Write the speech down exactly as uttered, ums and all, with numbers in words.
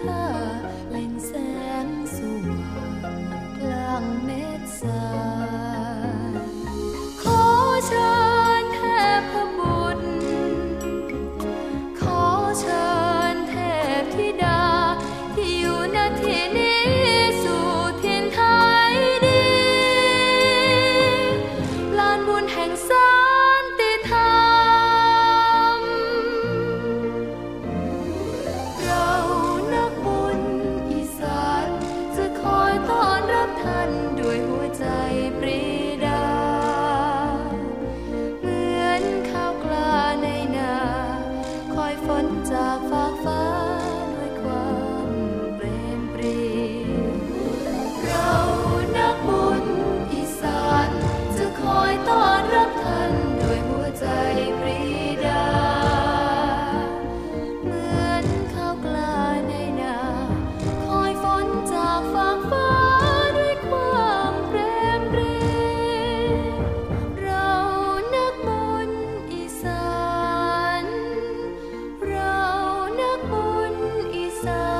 ผ้าเล่งแสงสว่างกลางเม็ดทรายขอเชิญเทพบุตรขอเชิญเทพธิดาที่อยู่ณที่นี้สู่ถิ่นไทยดีลานบุญแห่งสันติธรรมเรานักบุญอีสานจะคอยต้อนรับท่านด้วยหัวใจปรีดาเหมือนข้าวกล้าในนาคอยฝนจากฟากฟ้าด้วยความเปรมปรีเรานักบุญอีสานจะคอยต้อนรับท่านด้วยหัวใจปรีดาเหมือนข้าวกล้าในนาคอยฝนจากฟากฟ้าด้วยความเปรมปรีเรานักบุญอีสานเรานักบุญอีสาน